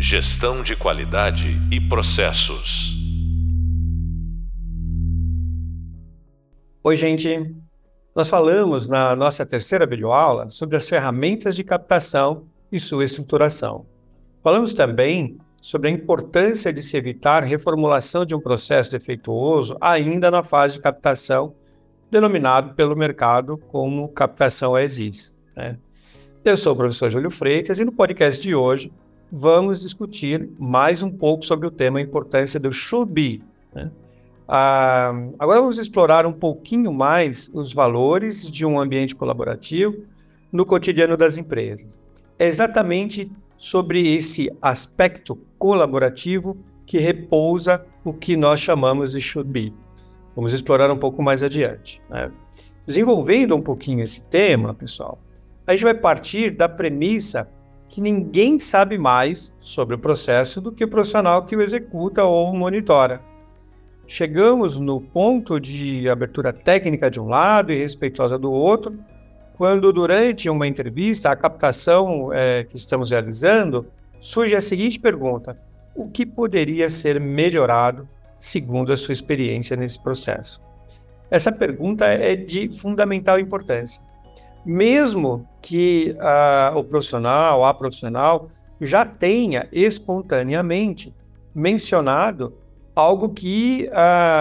Gestão de qualidade e processos. Oi, gente. Nós falamos na nossa terceira videoaula sobre as ferramentas de captação e sua estruturação. Falamos também sobre a importância de se evitar reformulação de um processo defeituoso ainda na fase de captação, denominado pelo mercado como captação as is, né? Eu sou o professor Júlio Freitas e no podcast de hoje vamos discutir mais um pouco sobre o tema a importância do should be, né? Agora vamos explorar um pouquinho mais os valores de um ambiente colaborativo no cotidiano das empresas. É exatamente sobre esse aspecto colaborativo que repousa o que nós chamamos de should be. Vamos explorar um pouco mais adiante, né? Desenvolvendo um pouquinho esse tema, pessoal, a gente vai partir da premissa que ninguém sabe mais sobre o processo do que o profissional que o executa ou monitora. Chegamos no ponto de abertura técnica de um lado e respeitosa do outro, quando durante uma entrevista, a captação que estamos realizando, surge a seguinte pergunta: o que poderia ser melhorado segundo a sua experiência nesse processo? Essa pergunta é de fundamental importância. Mesmo que o profissional, a profissional, já tenha espontaneamente mencionado algo que,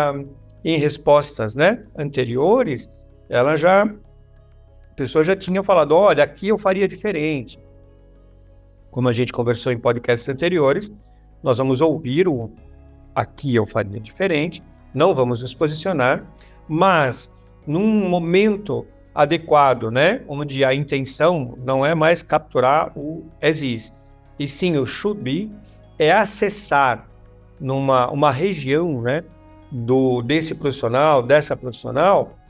em respostas, né, anteriores, a pessoa já tinha falado, olha, aqui eu faria diferente. Como a gente conversou em podcasts anteriores, nós vamos ouvir o aqui eu faria diferente, não vamos nos posicionar, mas num momento adequado, né, onde a intenção não é mais capturar o as is, e sim o should be, é acessar uma região, né, desse profissional, dessa profissional,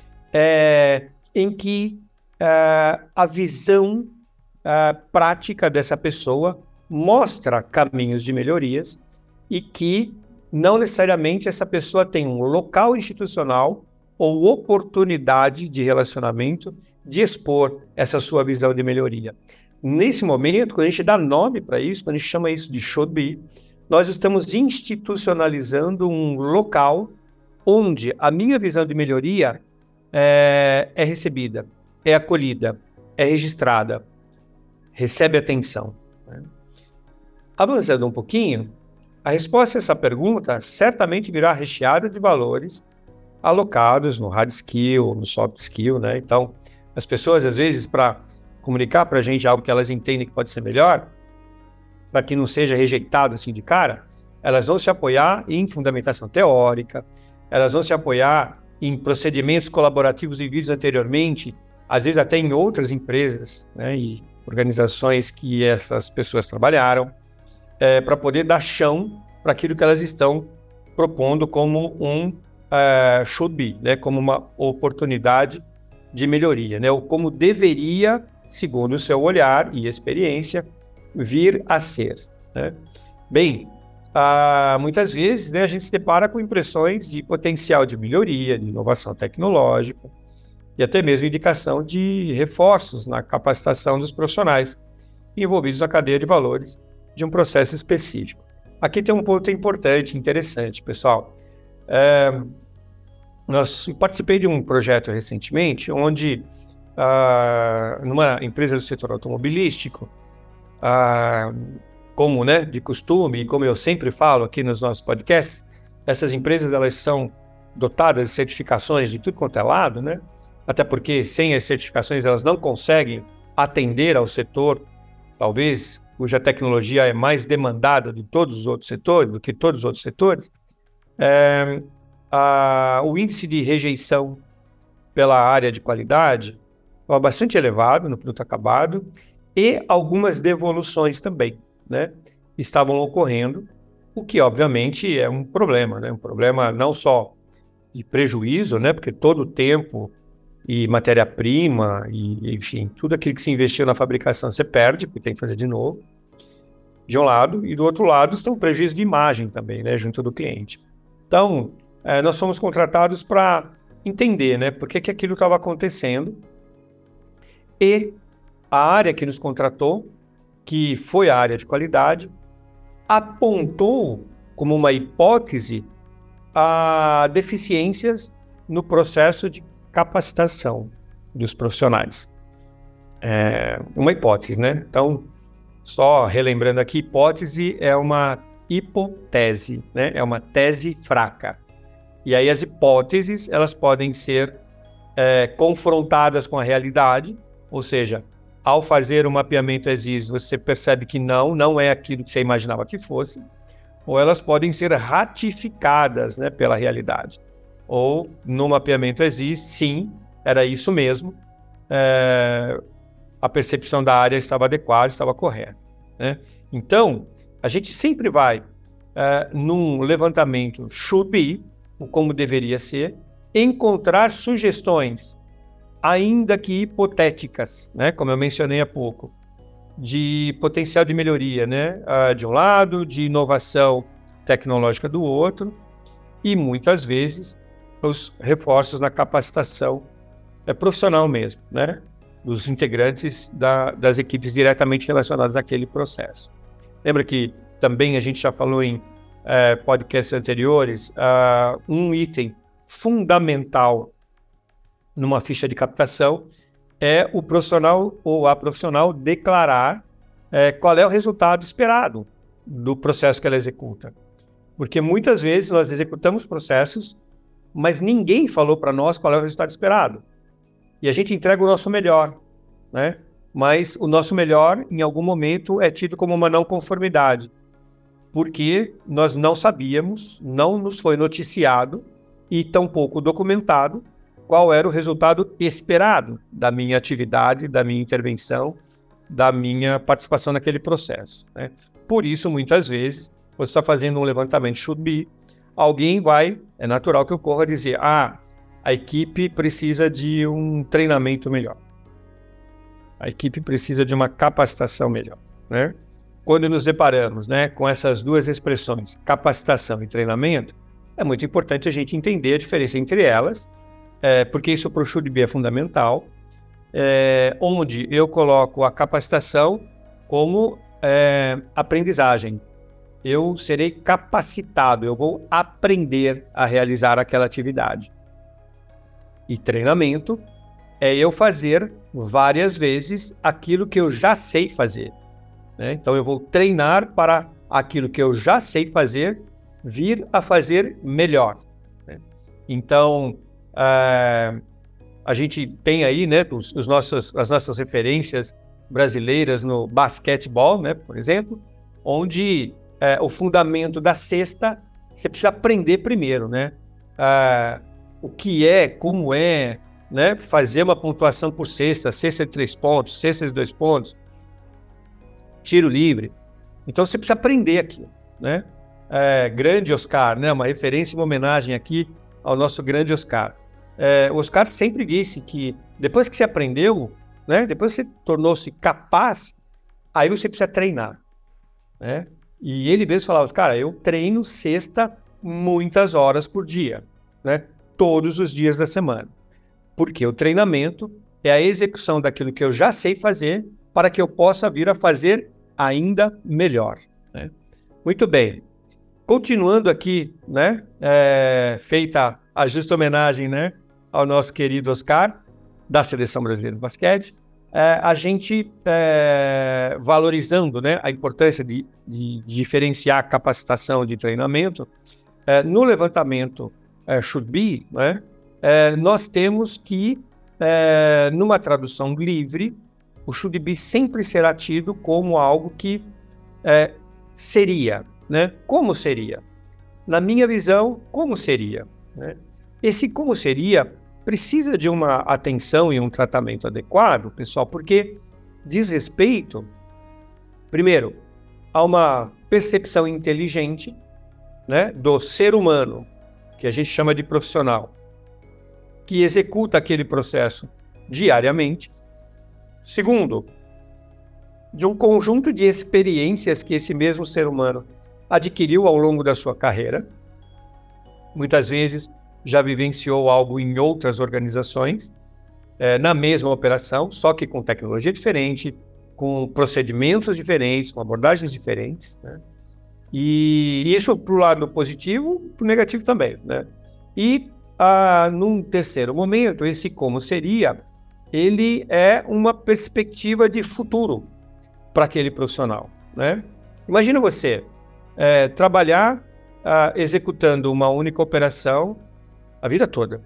em que a visão prática dessa pessoa mostra caminhos de melhorias e que não necessariamente essa pessoa tem um local institucional ou oportunidade de relacionamento de expor essa sua visão de melhoria. Nesse momento, quando a gente dá nome para isso, quando a gente chama isso de should be, nós estamos institucionalizando um local onde a minha visão de melhoria é recebida, é acolhida, é registrada, recebe atenção, né? Avançando um pouquinho, a resposta a essa pergunta certamente virá recheada de valores alocados no hard skill, no soft skill, né? Então, as pessoas, às vezes, para comunicar para a gente algo que elas entendem que pode ser melhor, para que não seja rejeitado assim de cara, elas vão se apoiar em fundamentação teórica, elas vão se apoiar em procedimentos colaborativos vividos anteriormente, às vezes até em outras empresas, né, e organizações que essas pessoas trabalharam, para poder dar chão para aquilo que elas estão propondo como um should be, né, como uma oportunidade de melhoria, né, ou como deveria, segundo o seu olhar e experiência, vir a ser, né? Bem, muitas vezes, né, a gente se depara com impressões de potencial de melhoria, de inovação tecnológica e até mesmo indicação de reforços na capacitação dos profissionais envolvidos na cadeia de valores de um processo específico. Aqui tem um ponto importante, interessante, pessoal. Eu participei de um projeto recentemente, onde, numa empresa do setor automobilístico, como, né, de costume, e como eu sempre falo aqui nos nossos podcasts, essas empresas elas são dotadas de certificações de tudo quanto é lado, né? Até porque sem as certificações elas não conseguem atender ao setor, talvez, cuja tecnologia é mais demandada de todos os outros setores, do que todos os outros setores. O índice de rejeição pela área de qualidade é bastante elevado no produto acabado e algumas devoluções também, né, estavam ocorrendo, o que obviamente é um problema, né, um problema não só de prejuízo, né, porque todo o tempo e matéria-prima e, enfim, tudo aquilo que se investiu na fabricação você perde, porque tem que fazer de novo, de um lado, e do outro lado está um prejuízo de imagem também, né, junto do cliente. Então, nós somos contratados para entender, né, por que aquilo estava acontecendo, e a área que nos contratou, que foi a área de qualidade, apontou como uma hipótese a deficiências no processo de capacitação dos profissionais. Uma hipótese, né? Então, só relembrando aqui, hipótese é uma hipotese, né? É uma tese fraca. E aí as hipóteses, elas podem ser confrontadas com a realidade, ou seja, ao fazer o mapeamento ESIS, você percebe que não é aquilo que você imaginava que fosse, ou elas podem ser ratificadas, né, pela realidade. Ou no mapeamento ESIS, sim, era isso mesmo, a percepção da área estava adequada, estava correta, né? Então, a gente sempre vai num levantamento should be, o como deveria ser, encontrar sugestões, ainda que hipotéticas, né? Como eu mencionei há pouco, de potencial de melhoria, né? De um lado, de inovação tecnológica do outro, e muitas vezes os reforços na capacitação profissional mesmo, né? Dos integrantes das equipes diretamente relacionadas àquele processo. Lembra que também a gente já falou em podcasts anteriores, um item fundamental numa ficha de captação é o profissional ou a profissional declarar qual é o resultado esperado do processo que ela executa. Porque muitas vezes nós executamos processos, mas ninguém falou para nós qual é o resultado esperado. E a gente entrega o nosso melhor, né? Mas o nosso melhor, em algum momento, é tido como uma não conformidade, porque nós não sabíamos, não nos foi noticiado e tampouco documentado qual era o resultado esperado da minha atividade, da minha intervenção, da minha participação naquele processo, né? Por isso, muitas vezes, você está fazendo um levantamento should be, alguém é natural que ocorra dizer, a equipe precisa de um treinamento melhor. A equipe precisa de uma capacitação melhor, né? Quando nos deparamos, né, com essas duas expressões, capacitação e treinamento, é muito importante a gente entender a diferença entre elas, porque isso para o should be é fundamental, onde eu coloco a capacitação como aprendizagem. Eu serei capacitado, eu vou aprender a realizar aquela atividade. E treinamento é eu fazer várias vezes aquilo que eu já sei fazer, né? Então eu vou treinar para aquilo que eu já sei fazer vir a fazer melhor, né? Então a gente tem aí, né, as nossas referências brasileiras no basquetebol, né, por exemplo, onde o fundamento da cesta você precisa aprender primeiro, né? O que como né? Fazer uma pontuação por cesta de 3 pontos, cesta de 2 pontos, tiro livre. Então você precisa aprender aqui, né? Grande Oscar, né? Uma referência, uma homenagem aqui ao nosso grande Oscar. O Oscar sempre disse que depois que você aprendeu, né? Depois que você tornou-se capaz, aí você precisa treinar, né? E ele mesmo falava, cara, eu treino cesta muitas horas por dia, né? Todos os dias da semana. Porque o treinamento é a execução daquilo que eu já sei fazer para que eu possa vir a fazer ainda melhor, né? Muito bem. Continuando aqui, né? Feita a justa homenagem, né, ao nosso querido Oscar, da Seleção Brasileira de Basquete, a gente valorizando, né, a importância de diferenciar capacitação de treinamento, no levantamento should be, né, nós temos que, numa tradução livre, o should be sempre será tido como algo que seria, né? Como seria? Na minha visão, como seria, né? Esse como seria precisa de uma atenção e um tratamento adequado, pessoal, porque diz respeito, primeiro, a uma percepção inteligente, né, do ser humano, que a gente chama de profissional, que executa aquele processo diariamente. Segundo, de um conjunto de experiências que esse mesmo ser humano adquiriu ao longo da sua carreira. Muitas vezes já vivenciou algo em outras organizações, na mesma operação, só que com tecnologia diferente, com procedimentos diferentes, com abordagens diferentes, né? E isso para o lado positivo, para o negativo também, né? E num terceiro momento, esse como seria, ele é uma perspectiva de futuro para aquele profissional, né? Imagina você trabalhar executando uma única operação a vida toda.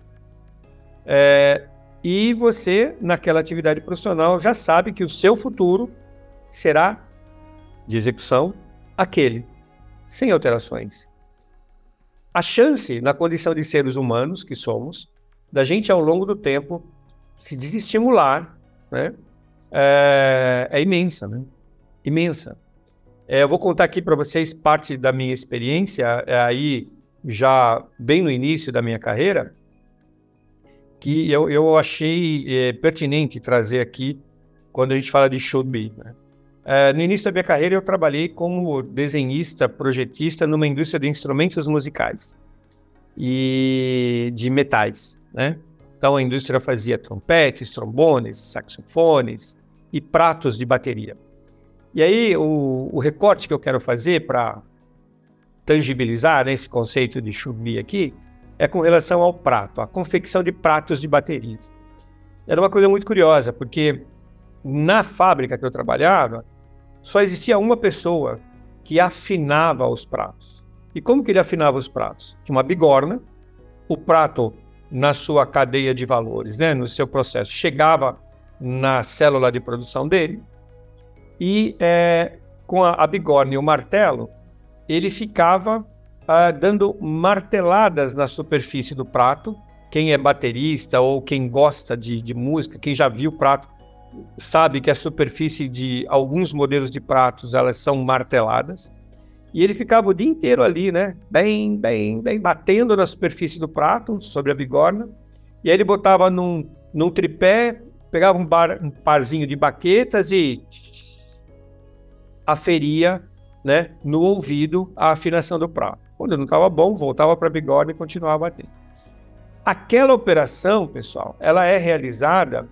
E você, naquela atividade profissional, já sabe que o seu futuro será de execução aquele, sem alterações. A chance, na condição de seres humanos que somos, da gente ao longo do tempo se desestimular, né, é imensa, né? Imensa. Eu vou contar aqui para vocês parte da minha experiência, aí já bem no início da minha carreira, que eu achei pertinente trazer aqui quando a gente fala de should be, né? No início da minha carreira, eu trabalhei como desenhista, projetista numa indústria de instrumentos musicais e de metais, né? Então, a indústria fazia trompetes, trombones, saxofones e pratos de bateria. E aí, o recorte que eu quero fazer para tangibilizar, né, esse conceito de should be aqui, é com relação ao prato, a confecção de pratos de baterias. Era uma coisa muito curiosa, porque na fábrica que eu trabalhava, só existia uma pessoa que afinava os pratos. E como que ele afinava os pratos? Tinha uma bigorna, o prato na sua cadeia de valores, né, no seu processo, chegava na célula de produção dele, e com a bigorna e o martelo, ele ficava dando marteladas na superfície do prato. Quem é baterista ou quem gosta de música, quem já viu o prato, sabe que a superfície de alguns modelos de pratos, elas são marteladas. E ele ficava o dia inteiro ali, né? Bem, batendo na superfície do prato, sobre a bigorna. E aí ele botava num tripé, pegava um parzinho de baquetas e aferia, né, no ouvido a afinação do prato. Quando não estava bom, voltava para a bigorna e continuava batendo. Aquela operação, pessoal, ela é realizada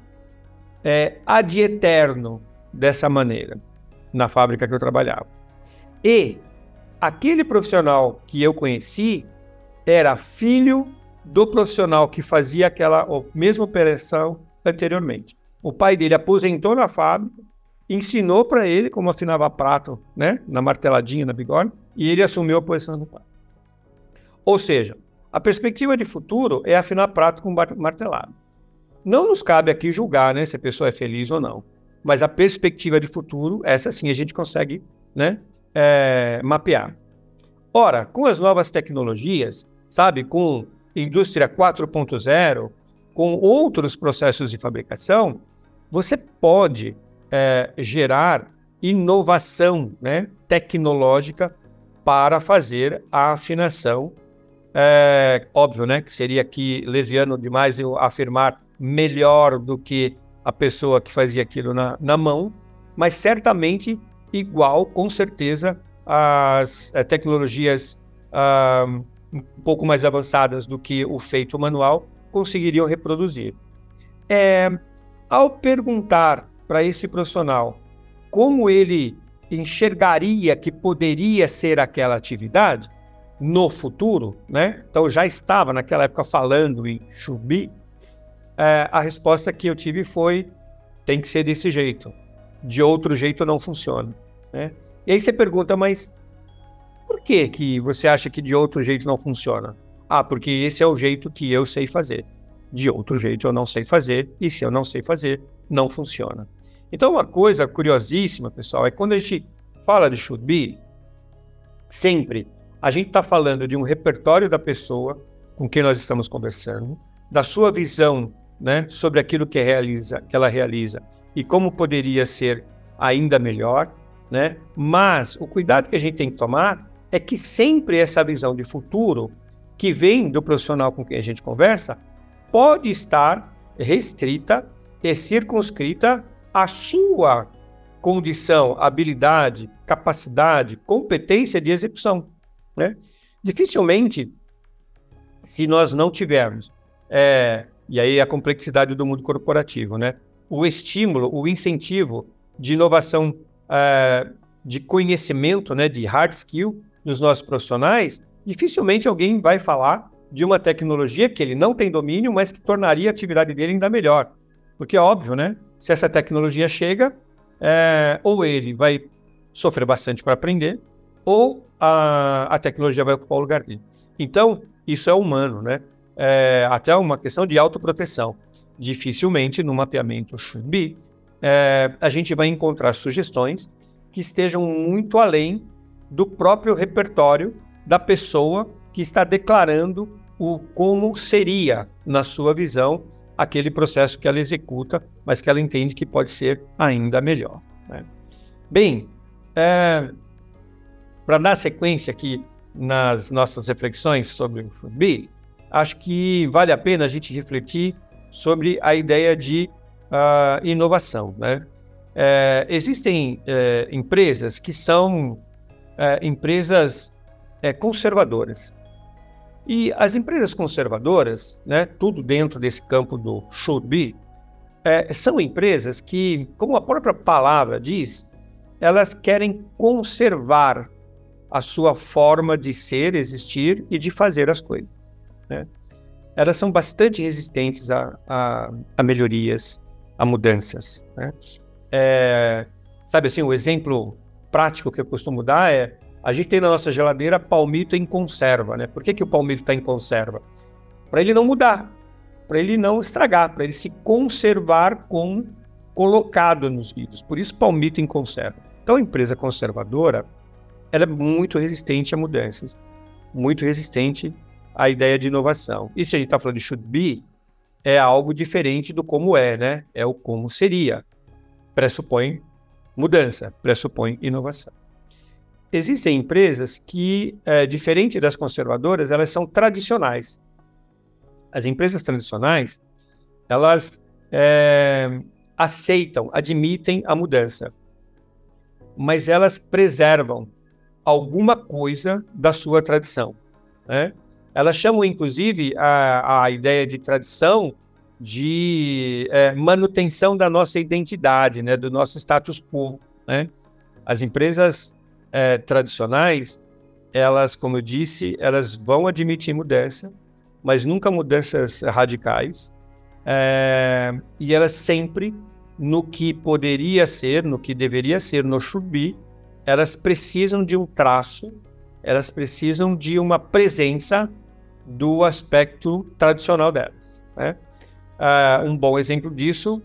ad eterno dessa maneira, na fábrica que eu trabalhava. E aquele profissional que eu conheci era filho do profissional que fazia aquela mesma operação anteriormente. O pai dele aposentou na fábrica, ensinou para ele como afinava prato, né, na marteladinha, na bigorna, e ele assumiu a posição do pai. Ou seja, a perspectiva de futuro é afinar prato com martelado. Não nos cabe aqui julgar, né, se a pessoa é feliz ou não, mas a perspectiva de futuro, essa sim a gente consegue, né, mapear. Ora, com as novas tecnologias, sabe, com indústria 4.0, com outros processos de fabricação, você pode gerar inovação, né, tecnológica para fazer a afinação. Óbvio, né, que seria aqui leviano demais eu afirmar melhor do que a pessoa que fazia aquilo na mão, mas certamente igual, com certeza, às tecnologias um pouco mais avançadas do que o feito manual conseguiriam reproduzir. Ao perguntar para esse profissional como ele enxergaria que poderia ser aquela atividade no futuro, né? Então já estava naquela época falando em should be, a resposta que eu tive foi: tem que ser desse jeito, de outro jeito não funciona, né? E aí você pergunta, mas por que você acha que de outro jeito não funciona? Porque esse é o jeito que eu sei fazer. De outro jeito eu não sei fazer, e se eu não sei fazer, não funciona. Então, uma coisa curiosíssima, pessoal, é quando a gente fala de should be, sempre a gente está falando de um repertório da pessoa com quem nós estamos conversando, da sua visão, né, sobre aquilo que ela realiza e como poderia ser ainda melhor, né? Mas o cuidado que a gente tem que tomar é que sempre essa visão de futuro que vem do profissional com quem a gente conversa pode estar restrita e circunscrita à sua condição, habilidade, capacidade, competência de execução, né? Dificilmente, se nós não tivermos, e aí a complexidade do mundo corporativo, né? O estímulo, o incentivo de inovação, de conhecimento, né? De hard skill, dos nossos profissionais, dificilmente alguém vai falar de uma tecnologia que ele não tem domínio, mas que tornaria a atividade dele ainda melhor. Porque é óbvio, né? Se essa tecnologia chega, ou ele vai sofrer bastante para aprender, ou a tecnologia vai ocupar o lugar dele. Então, isso é humano, né? Até uma questão de autoproteção. Dificilmente, no mapeamento Should Be, a gente vai encontrar sugestões que estejam muito além do próprio repertório da pessoa que está declarando como seria, na sua visão, aquele processo que ela executa, mas que ela entende que pode ser ainda melhor, né? Bem, para dar sequência aqui nas nossas reflexões sobre o Should Be, acho que vale a pena a gente refletir sobre a ideia de inovação, né? Existem empresas que são empresas conservadoras. E as empresas conservadoras, né, tudo dentro desse campo do Should Be, são empresas que, como a própria palavra diz, elas querem conservar a sua forma de ser, existir e de fazer as coisas, né? Elas são bastante resistentes a melhorias, a mudanças, né? Sabe assim, o exemplo prático que eu costumo dar é: a gente tem na nossa geladeira palmito em conserva, né? Por que o palmito está em conserva? Para ele não mudar, para ele não estragar, para ele se conservar colocado nos vidros. Por isso, palmito em conserva. Então, a empresa conservadora, ela é muito resistente a mudanças, muito resistente à ideia de inovação. E se a gente está falando de Should Be, é algo diferente do como né? É o como seria. Pressupõe mudança, pressupõe inovação. Existem empresas que, diferente das conservadoras, elas são tradicionais. As empresas tradicionais, elas aceitam, admitem a mudança, mas elas preservam alguma coisa da sua tradição, né? Elas chamam, inclusive, a ideia de tradição de manutenção da nossa identidade, né? Do nosso status quo, né? As empresas tradicionais, elas, como eu disse, elas vão admitir mudança, mas nunca mudanças radicais, e elas sempre, no que poderia ser, no que deveria ser, no Should Be, elas precisam de um traço, elas precisam de uma presença do aspecto tradicional delas, né? Um bom exemplo disso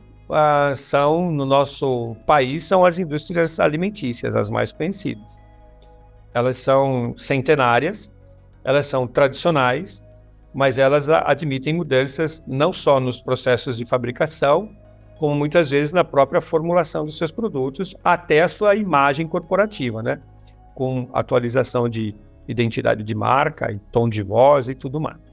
no nosso país, são as indústrias alimentícias, as mais conhecidas. Elas são centenárias, elas são tradicionais, mas elas admitem mudanças não só nos processos de fabricação, como muitas vezes na própria formulação dos seus produtos, até a sua imagem corporativa, né? Com atualização de identidade de marca, e tom de voz e tudo mais.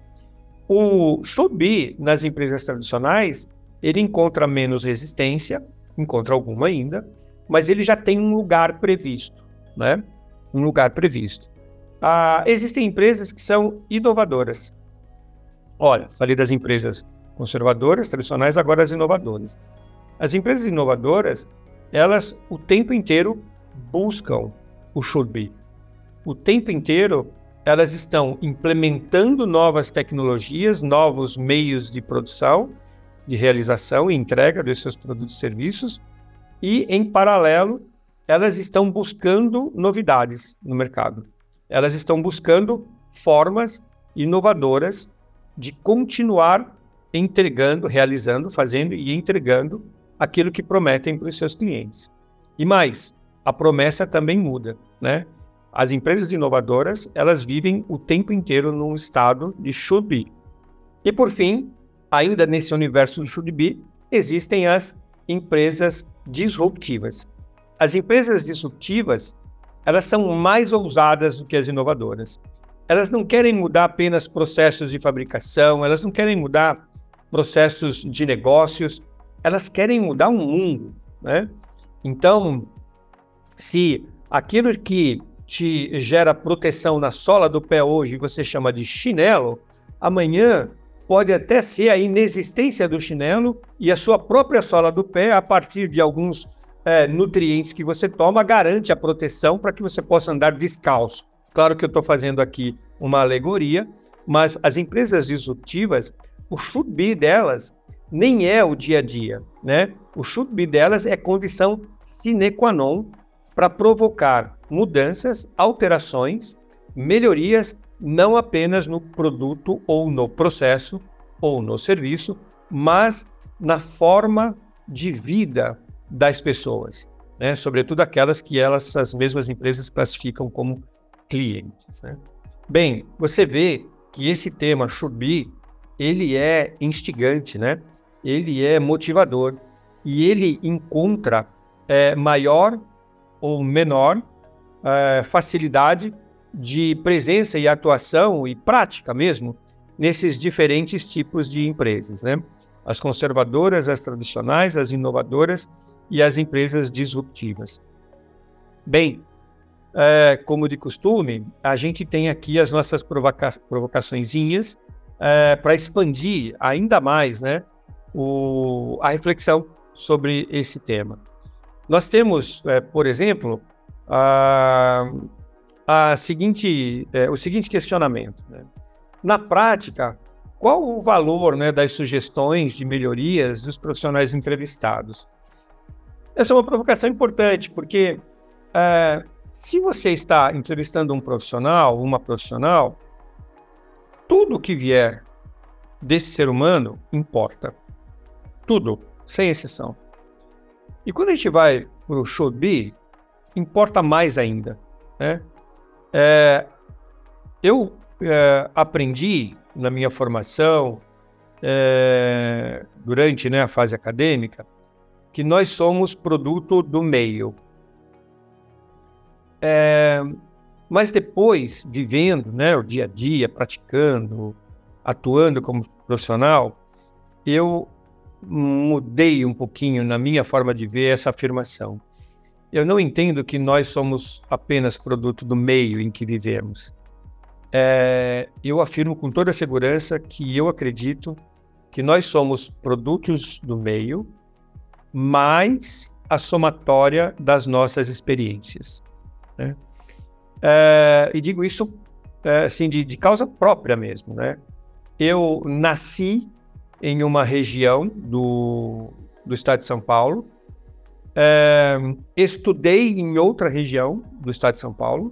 O Should Be, nas empresas tradicionais, ele encontra menos resistência, encontra alguma ainda, mas ele já tem um lugar previsto, né? Um lugar previsto. Existem empresas que são inovadoras. Olha, falei das empresas conservadoras, tradicionais, agora as inovadoras. As empresas inovadoras, elas o tempo inteiro buscam o Should Be. O tempo inteiro elas estão implementando novas tecnologias, novos meios de produção, de realização e entrega dos seus produtos e serviços, e, em paralelo, elas estão buscando novidades no mercado. Elas estão buscando formas inovadoras de continuar entregando, realizando, fazendo e entregando aquilo que prometem para os seus clientes. E mais, a promessa também muda, né? As empresas inovadoras, elas vivem o tempo inteiro num estado de Should Be. E, por fim, ainda nesse universo do Should Be, existem as empresas disruptivas. As empresas disruptivas, elas são mais ousadas do que as inovadoras. Elas não querem mudar apenas processos de fabricação, elas não querem mudar processos de negócios, elas querem mudar um mundo, né? Então, se aquilo que te gera proteção na sola do pé hoje você chama de chinelo, amanhã pode até ser a inexistência do chinelo e a sua própria sola do pé, a partir de alguns nutrientes que você toma, garante a proteção para que você possa andar descalço, Claro que eu estou fazendo aqui uma alegoria, mas as empresas disruptivas, o should be delas nem é o dia a dia, né? O should be delas é condição sine qua non para provocar mudanças, alterações, melhorias, não apenas no produto ou no processo ou no serviço, mas na forma de vida das pessoas, né? Sobretudo aquelas que as mesmas empresas classificam como clientes, né? Bem, você vê que esse tema should be, ele é instigante, né? Ele é motivador e ele encontra maior ou menor facilidade de presença e atuação e prática mesmo nesses diferentes tipos de empresas, né? As conservadoras, as tradicionais, as inovadoras e as empresas disruptivas. Bem, como de costume, a gente tem aqui as nossas provocaçõezinhas para expandir ainda mais, né, a reflexão sobre esse tema. Nós temos, por exemplo, o seguinte questionamento, né? Na prática, qual o valor, né, das sugestões de melhorias dos profissionais entrevistados? Essa é uma provocação importante, porque se você está entrevistando um profissional, uma profissional, tudo que vier desse ser humano importa. Tudo, sem exceção. E quando a gente vai para o should be, importa mais ainda, né? Eu aprendi na minha formação, durante, né, a fase acadêmica, que nós somos produto do meio. Mas depois, vivendo, né, o dia a dia, praticando, atuando como profissional, eu mudei um pouquinho na minha forma de ver essa afirmação. Eu não entendo que nós somos apenas produto do meio em que vivemos. Eu afirmo com toda segurança que eu acredito que nós somos produtos do meio, mais a somatória das nossas experiências, né? E digo isso assim, de causa própria mesmo, né? Eu nasci em uma região do estado de São Paulo, estudei em outra região do estado de São Paulo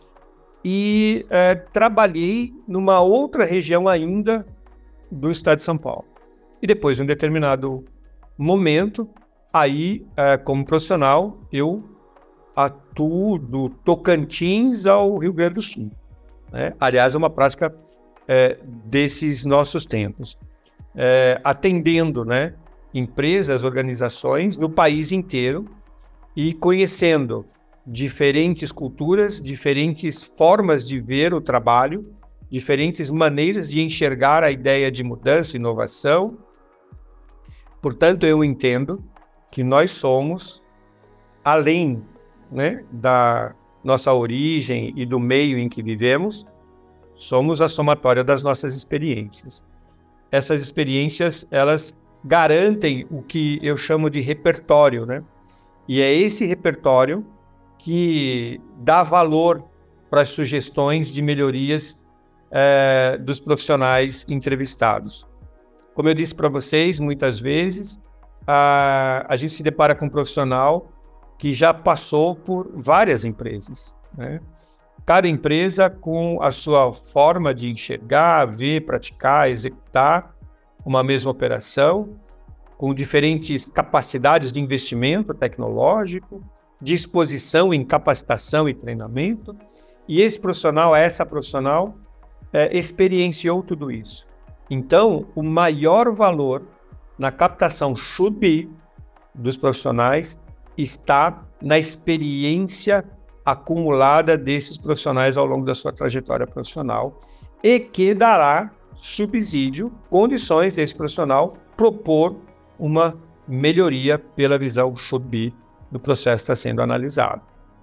e trabalhei numa outra região ainda do estado de São Paulo. E depois, em um determinado momento, aí, como profissional, eu atuo do Tocantins ao Rio Grande do Sul, né? Aliás, é uma prática desses nossos tempos, atendendo, né, empresas, organizações no país inteiro e conhecendo diferentes culturas, diferentes formas de ver o trabalho, diferentes maneiras de enxergar a ideia de mudança e inovação. Portanto, eu entendo que nós somos, além, né, da nossa origem e do meio em que vivemos, somos a somatória das nossas experiências. Essas experiências, elas garantem o que eu chamo de repertório, né? E é esse repertório que dá valor para as sugestões de melhorias dos profissionais entrevistados. Como eu disse para vocês, muitas vezes, a gente se depara com um profissional que já passou por várias empresas, né? Cada empresa com a sua forma de enxergar, ver, praticar, executar uma mesma operação, com diferentes capacidades de investimento tecnológico, disposição em capacitação e treinamento, e esse profissional, essa profissional, experienciou tudo isso. Então, o maior valor na captação should be dos profissionais está na experiência acumulada desses profissionais ao longo da sua trajetória profissional e que dará subsídio, condições desse profissional propor uma melhoria pela visão should be do processo que está sendo analisado.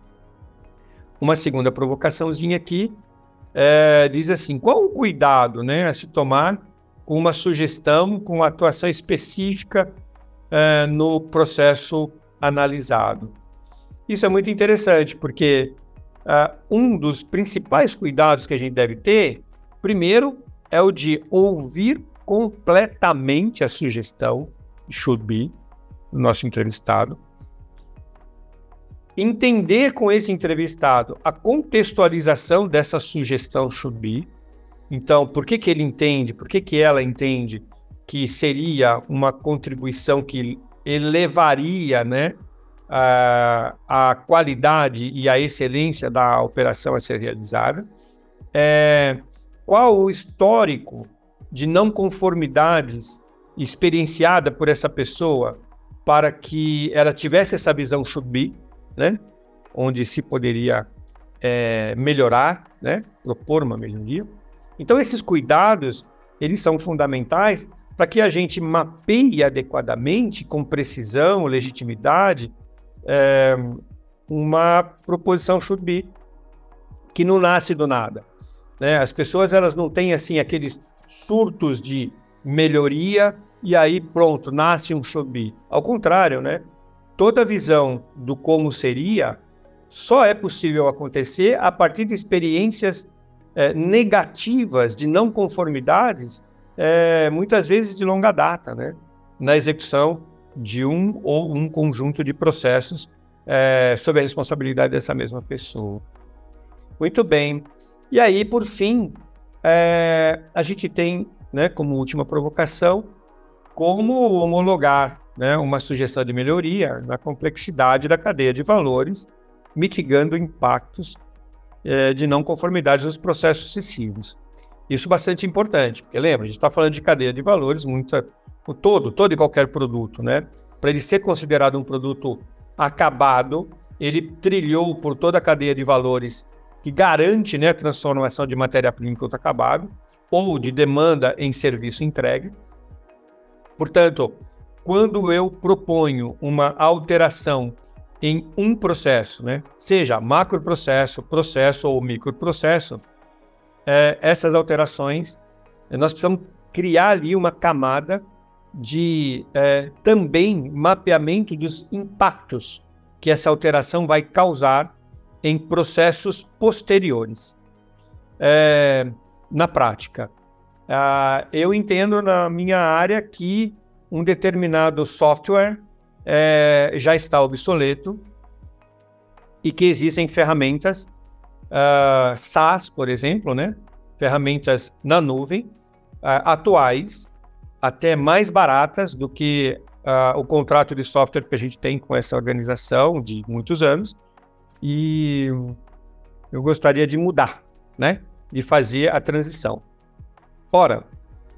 Uma segunda provocaçãozinha aqui diz assim: qual o cuidado, né, a se tomar com uma sugestão, com uma atuação específica no processo analisado? Isso é muito interessante, porque um dos principais cuidados que a gente deve ter, primeiro, é o de ouvir completamente a sugestão, should be, do nosso entrevistado, entender com esse entrevistado a contextualização dessa sugestão should be. Então, por que ele entende, por que ela entende que seria uma contribuição que elevaria, né, a qualidade e a excelência da operação a ser realizada? Qual o histórico de não conformidades experienciada por essa pessoa para que ela tivesse essa visão should be, né, onde se poderia melhorar, né, propor uma melhoria. Então, esses cuidados, eles são fundamentais para que a gente mapeie adequadamente, com precisão, legitimidade, uma proposição should be, que não nasce do nada, né? As pessoas, elas não têm, assim, aqueles surtos de melhoria e aí, pronto, nasce um should be. Ao contrário, né? Toda visão do como seria só é possível acontecer a partir de experiências negativas, de não conformidades, muitas vezes de longa data, né? Na execução de um ou um conjunto de processos sob a responsabilidade dessa mesma pessoa. Muito bem. E aí, por fim, a gente tem, né, como última provocação, como homologar, né, uma sugestão de melhoria na complexidade da cadeia de valores, mitigando impactos de não conformidade nos processos sucessivos. Isso é bastante importante, porque lembra, a gente está falando de cadeia de valores, todo e qualquer produto, né? Para ele ser considerado um produto acabado, ele trilhou por toda a cadeia de valores que garante, né, a transformação de matéria-prima em produto acabado, ou de demanda em serviço entregue. Portanto, quando eu proponho uma alteração em um processo, né, seja macroprocesso, processo ou microprocesso, essas alterações, nós precisamos criar ali uma camada de também mapeamento dos impactos que essa alteração vai causar em processos posteriores. Na prática, eu entendo na minha área que um determinado software já está obsoleto e que existem ferramentas SaaS, por exemplo, né? Ferramentas na nuvem, atuais, até mais baratas do que o contrato de software que a gente tem com essa organização de muitos anos, e eu gostaria de mudar, né? De fazer a transição. Ora,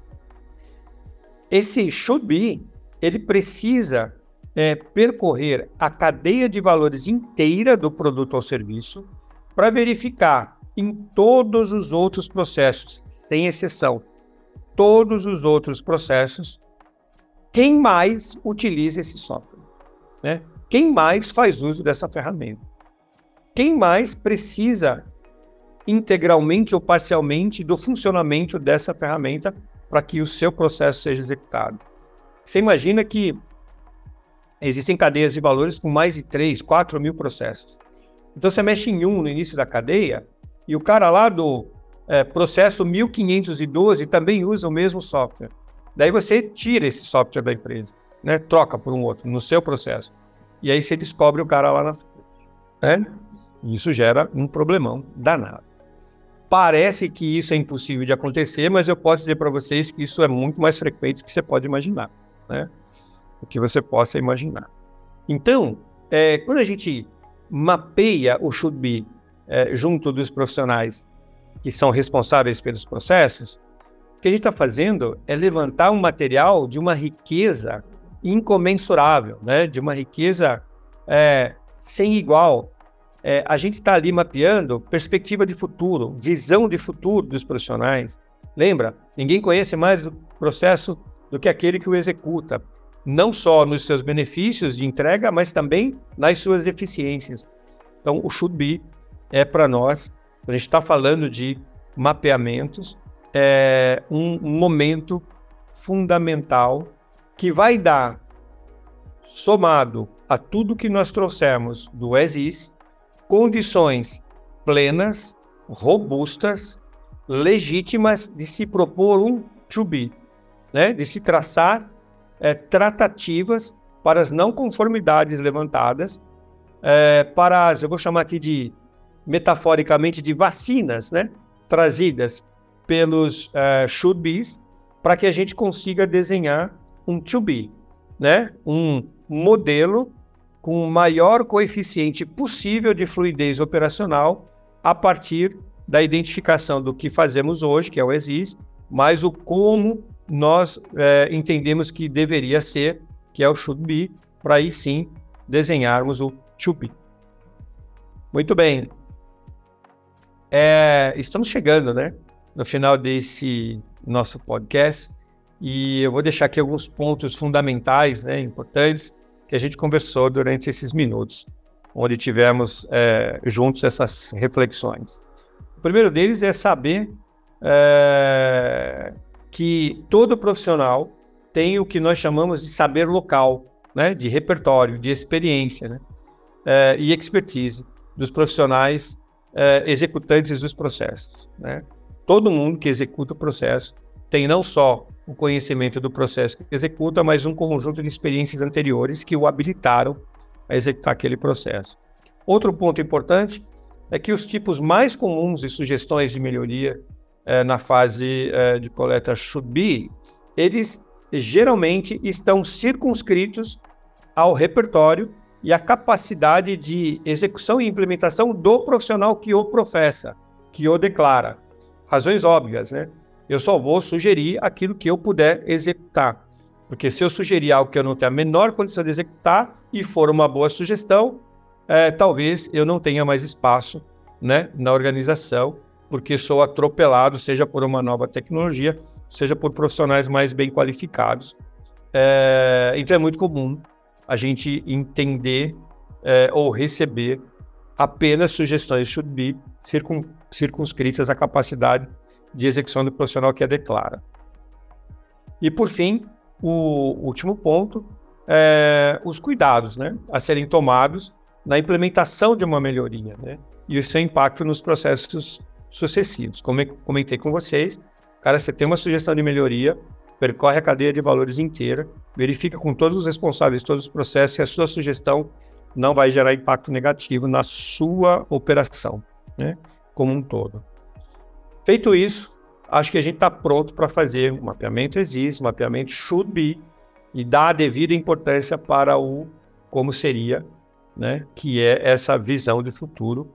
esse should be, ele precisa percorrer a cadeia de valores inteira do produto ou serviço para verificar em todos os outros processos, sem exceção, todos os outros processos, quem mais utiliza esse software, né? Quem mais faz uso dessa ferramenta? Quem mais precisa integralmente ou parcialmente do funcionamento dessa ferramenta para que o seu processo seja executado? Você imagina que existem cadeias de valores com mais de 3, 4 mil processos. Então você mexe em um no início da cadeia e o cara lá do processo 1512 também usa o mesmo software. Daí você tira esse software da empresa, né? Troca por um outro no seu processo. E aí você descobre o cara lá na frente, né? Isso gera um problemão danado. Parece que isso é impossível de acontecer, mas eu posso dizer para vocês que isso é muito mais frequente do que você pode imaginar, né? O que você possa imaginar. Então, quando a gente mapeia o should be junto dos profissionais que são responsáveis pelos processos, o que a gente está fazendo é levantar um material de uma riqueza incomensurável, né? De uma riqueza sem igual. A gente está ali mapeando perspectiva de futuro, visão de futuro dos profissionais. Lembra? Ninguém conhece mais o processo do que aquele que o executa, não só nos seus benefícios de entrega, mas também nas suas eficiências. Então, o should be para nós, quando a gente está falando de mapeamentos, um momento fundamental que vai dar, somado a tudo que nós trouxemos do as is, condições plenas, robustas, legítimas de se propor um to be, né? De se traçar tratativas para as não conformidades levantadas, para as, eu vou chamar aqui de, metaforicamente, de vacinas, né? Trazidas pelos should be's, para que a gente consiga desenhar um to be, né? Um modelo com o maior coeficiente possível de fluidez operacional a partir da identificação do que fazemos hoje, que é o as-is, mas o como nós entendemos que deveria ser, que é o should be, para aí sim desenharmos o to be. Muito bem. Estamos chegando, né, no final desse nosso podcast, e eu vou deixar aqui alguns pontos fundamentais, né, importantes, que a gente conversou durante esses minutos, onde tivemos juntos essas reflexões. O primeiro deles é saber que todo profissional tem o que nós chamamos de saber local, né, de repertório, de experiência, né, e expertise dos profissionais executantes dos processos, né? Todo mundo que executa o processo tem não só o conhecimento do processo que executa, mas um conjunto de experiências anteriores que o habilitaram a executar aquele processo. Outro ponto importante é que os tipos mais comuns de sugestões de melhoria na fase de coleta should be, eles geralmente estão circunscritos ao repertório e à capacidade de execução e implementação do profissional que o professa, que o declara. Razões óbvias, né? Eu só vou sugerir aquilo que eu puder executar. Porque se eu sugerir algo que eu não tenho a menor condição de executar e for uma boa sugestão, talvez eu não tenha mais espaço, né, na organização, porque sou atropelado, seja por uma nova tecnologia, seja por profissionais mais bem qualificados. Então é muito comum a gente entender ou receber apenas sugestões should be circunscritas à capacidade de execução do profissional que a declara. E, por fim, o último ponto é os cuidados, né, a serem tomados na implementação de uma melhoria, né, e o seu impacto nos processos sucessivos. Como eu comentei com vocês, cara, você tem uma sugestão de melhoria, percorre a cadeia de valores inteira, verifica com todos os responsáveis, todos os processos, se a sua sugestão não vai gerar impacto negativo na sua operação, né, como um todo. Feito isso, acho que a gente está pronto para fazer um mapeamento as-is, mapeamento should be, e dar a devida importância para o como seria, né, que é essa visão de futuro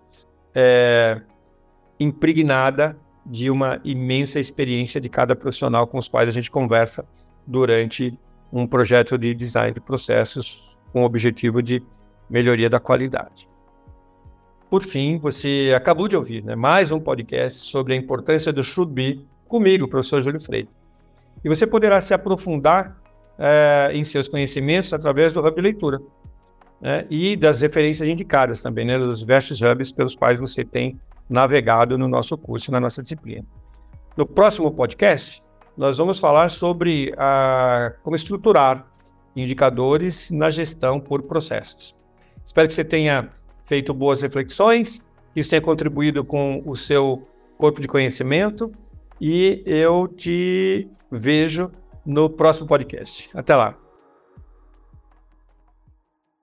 impregnada de uma imensa experiência de cada profissional com os quais a gente conversa durante um projeto de design de processos com o objetivo de melhoria da qualidade. Por fim, você acabou de ouvir, né, mais um podcast sobre a importância do should be comigo, professor Júlio Freitas. E você poderá se aprofundar em seus conhecimentos através do Hub de Leitura, né, e das referências indicadas também, né, dos diversos hubs pelos quais você tem navegado no nosso curso, na nossa disciplina. No próximo podcast, nós vamos falar sobre como estruturar indicadores na gestão por processos. Espero que você tenha feito boas reflexões, que isso tenha contribuído com o seu corpo de conhecimento, e eu te vejo no próximo podcast. Até lá!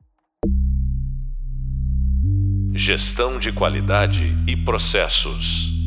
Gestão de qualidade e processos.